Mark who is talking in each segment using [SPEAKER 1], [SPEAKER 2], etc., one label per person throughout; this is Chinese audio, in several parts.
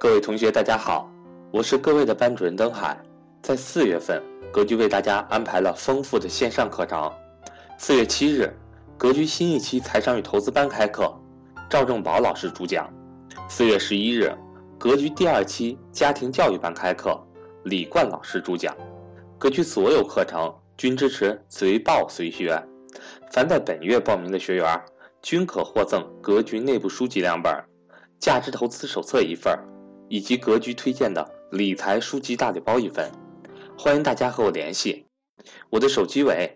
[SPEAKER 1] 各位同学大家好，我是各位的班主任登海。在4月份，格局为大家安排了丰富的线上课程。4月7日，格局新一期财商与投资班开课，赵正宝老师主讲。4月11日，格局第2期家庭教育班开课，李冠老师主讲。格局所有课程均支持随报随学，凡在本月报名的学员均可获赠格局内部书籍2本、价值投资手册1份，以及格局推荐的理财书籍大礼包1份。欢迎大家和我联系，我的手机为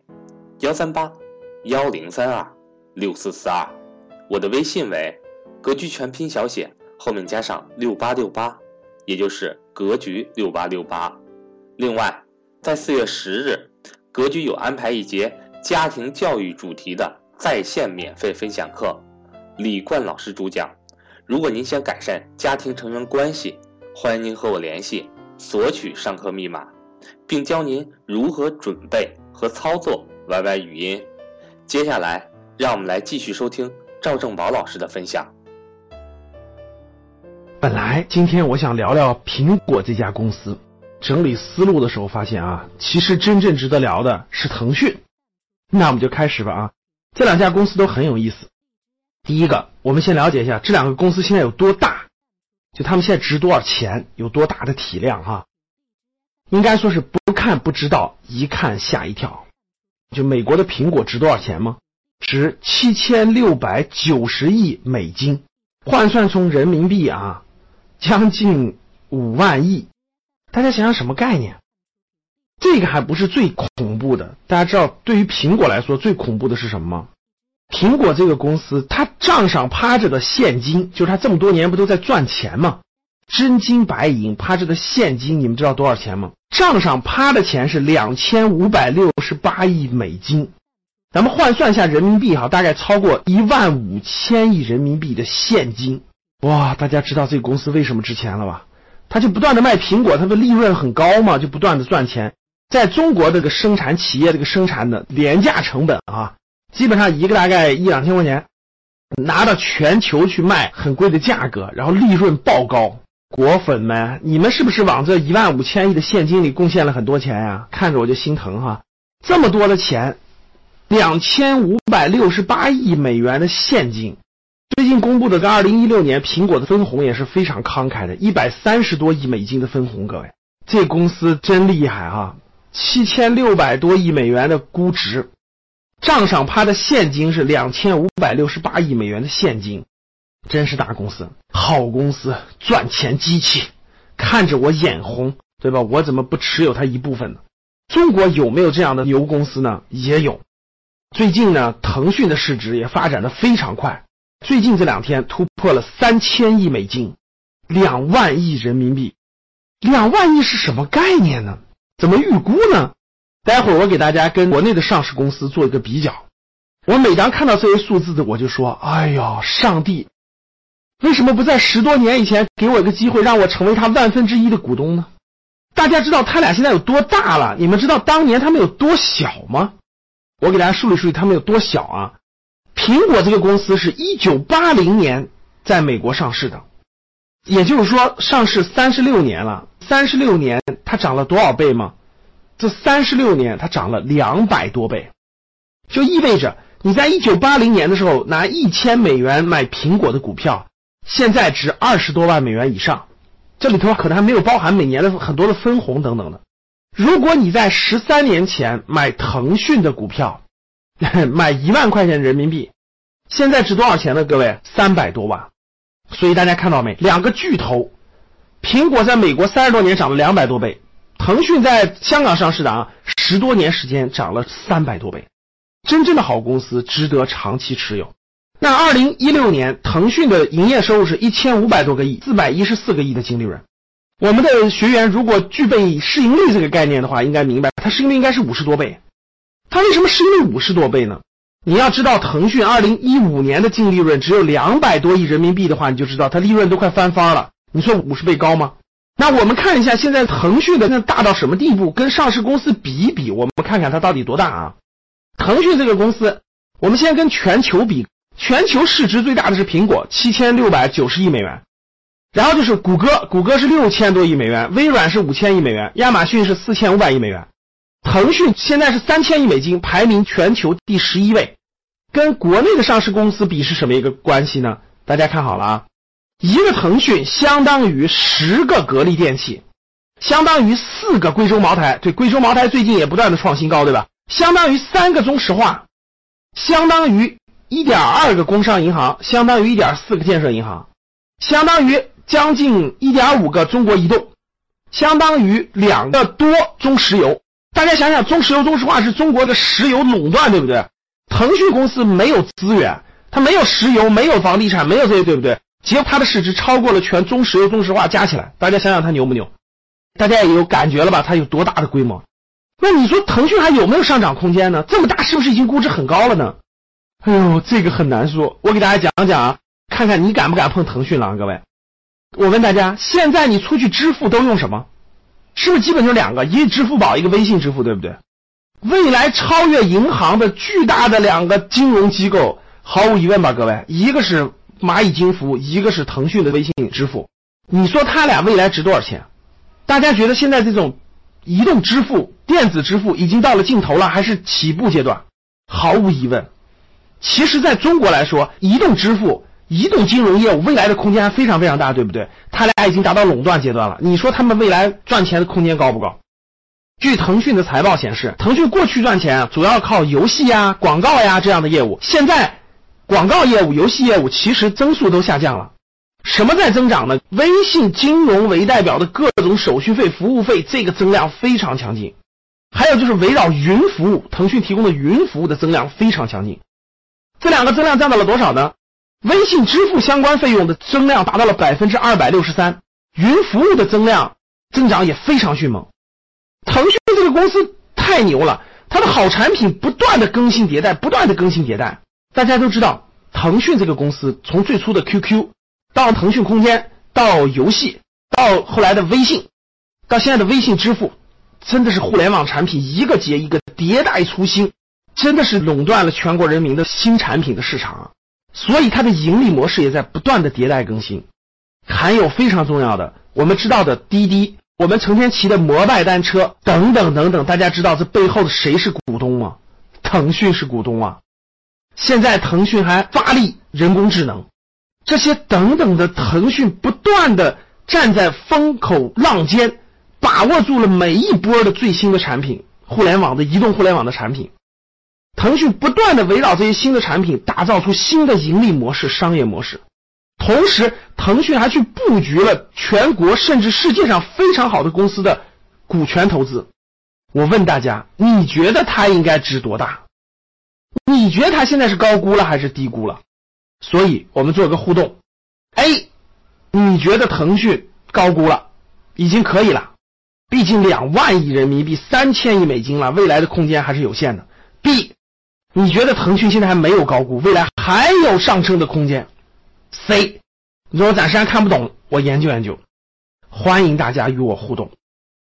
[SPEAKER 1] 138-1032-6442，我的微信为格局全拼小写后面加上6868，也就是格局6868。另外，在4月10日，格局有安排一节家庭教育主题的在线免费分享课，李冠老师主讲。如果您想改善家庭成员关系，欢迎您和我联系，索取上课密码，并教您如何准备和操作 YY 语音。接下来，让我们来继续收听赵正宝老师的分享。
[SPEAKER 2] 本来今天我想聊聊苹果这家公司，整理思路的时候发现其实真正值得聊的是腾讯。那我们就开始吧这两家公司都很有意思。第一个，我们先了解一下这两个公司现在有多大，就他们现在值多少钱，有多大的体量应该说是不看不知道，一看吓一跳。就美国的苹果值多少钱吗？值7690亿美金，换算成人民币将近5万亿。大家想想什么概念？这个还不是最恐怖的，大家知道对于苹果来说最恐怖的是什么吗？苹果这个公司，它账上趴着的现金，就是它这么多年不都在赚钱吗？真金白银趴着的现金，你们知道多少钱吗？账上趴的钱是2568亿美金，咱们换算一下人民币大概超过15000亿人民币的现金。哇，大家知道这个公司为什么值钱了吧？它就不断的卖苹果，它的利润很高嘛，就不断的赚钱。在中国这个生产企业这个生产的廉价成本基本上一个大概1-2千块钱，拿到全球去卖很贵的价格，然后利润爆高。果粉们，你们是不是往这15000亿的现金里贡献了很多钱呀？看着我就心疼这么多的钱，2568亿美元的现金。最近公布的2016年苹果的分红也是非常慷慨的，130多亿美金的分红。各位，这公司真厉害7600多亿美元的估值，账上趴的现金是2568亿美元的现金，真是大公司，好公司，赚钱机器，看着我眼红，对吧？我怎么不持有它一部分呢？中国有没有这样的牛公司呢？也有。最近呢，腾讯的市值也发展的非常快，最近这2天突破了3000亿美金，2万亿人民币。2万亿是什么概念呢？怎么预估呢？待会儿我给大家跟国内的上市公司做一个比较。我每当看到这些数字的，我就说，哎呦，上帝，为什么不在10多年以前给我一个机会，让我成为他1/1000的股东呢？大家知道他俩现在有多大了？你们知道当年他们有多小吗？我给大家梳理梳理他们有多小苹果这个公司是1980年在美国上市的，也就是说上市36年了。36年它涨了多少倍吗？这36年它涨了200多倍，就意味着你在1980年的时候拿1000美元买苹果的股票，现在值20多万美元以上，这里头可能还没有包含每年的很多的分红等等的。如果你在13年前买腾讯的股票，买1万块钱人民币，现在值多少钱呢？各位，300多万。所以大家看到没，两个巨头，苹果在美国30多年涨了200多倍，腾讯在香港上市的10多年时间涨了300多倍。真正的好公司值得长期持有。那2016年腾讯的营业收入是1500多个亿，414个亿的净利润。我们的学员如果具备市盈率这个概念的话，应该明白它市盈率应该是50多倍。它为什么市盈率50多倍呢？你要知道腾讯2015年的净利润只有200多亿人民币的话，你就知道它利润都快翻番了。你说50倍高吗？那我们看一下现在腾讯的大到什么地步，跟上市公司比一比，我们看看它到底多大腾讯这个公司，我们先跟全球比，全球市值最大的是苹果，7690亿美元。 然后就是谷歌，谷歌是6000多亿美元，微软是5000亿美元，亚马逊是4500亿美元，腾讯现在是3000亿美金，排名全球第11位。跟国内的上市公司比是什么一个关系呢？大家看好了啊，一个腾讯相当于10个格力电器，相当于4个贵州茅台，对，贵州茅台最近也不断的创新高，对吧？相当于3个中石化，相当于1.2个工商银行，相当于1.4个建设银行，相当于将近1.5个中国移动，相当于2个多中石油。大家想想，中石油、中石化是中国的石油垄断，对不对？腾讯公司没有资源，它没有石油，没有房地产，没有这些，对不对？结果它的市值超过了全中石油、中石化加起来，大家想想它牛不牛？大家也有感觉了吧？它有多大的规模？那你说腾讯还有没有上涨空间呢？这么大是不是已经估值很高了呢？哎呦，这个很难说。我给大家讲讲啊，看看你敢不敢碰腾讯了啊，各位。我问大家，现在你出去支付都用什么？是不是基本就2个，一个支付宝，一个微信支付，对不对？未来超越银行的巨大的2个金融机构，毫无疑问吧，各位，一个是蚂蚁金服，一个是腾讯的微信支付。你说它俩未来值多少钱？大家觉得现在这种移动支付、电子支付已经到了尽头了，还是起步阶段？毫无疑问，其实在中国来说，移动支付、移动金融业务未来的空间还非常非常大，对不对？它俩已经达到垄断阶段了，你说他们未来赚钱的空间高不高？据腾讯的财报显示，腾讯过去赚钱主要靠游戏呀、广告呀这样的业务，现在广告业务、游戏业务其实增速都下降了。什么在增长呢？微信金融为代表的各种手续费、服务费，这个增量非常强劲。还有就是围绕云服务，腾讯提供的云服务的增量非常强劲。这2个增量占到了多少呢？微信支付相关费用的增量达到了 263%， 云服务的增长也非常迅猛。腾讯这个公司太牛了，它的好产品不断的更新迭代，不断的更新迭代。大家都知道，腾讯这个公司从最初的 QQ 到腾讯空间，到游戏，到后来的微信，到现在的微信支付，真的是互联网产品一个接一个迭代出新，真的是垄断了全国人民的新产品的市场啊。所以它的盈利模式也在不断的迭代更新。还有非常重要的，我们知道的滴滴，我们成天骑的摩拜单车等等等等，大家知道这背后的谁是股东吗？腾讯是股东啊。现在腾讯还发力人工智能，这些等等的，腾讯不断的站在风口浪尖，把握住了每一波的最新的产品，互联网的移动互联网的产品。腾讯不断的围绕这些新的产品打造出新的盈利模式、商业模式。同时腾讯还去布局了全国甚至世界上非常好的公司的股权投资。我问大家，你觉得它应该值多大？你觉得它现在是高估了还是低估了？所以我们做个互动。 A， 你觉得腾讯高估了，已经可以了，毕竟2万亿人民币3000亿美金了，未来的空间还是有限的。 B， 你觉得腾讯现在还没有高估，未来还有上升的空间。 C， 你说我暂时还看不懂，我研究研究。欢迎大家与我互动。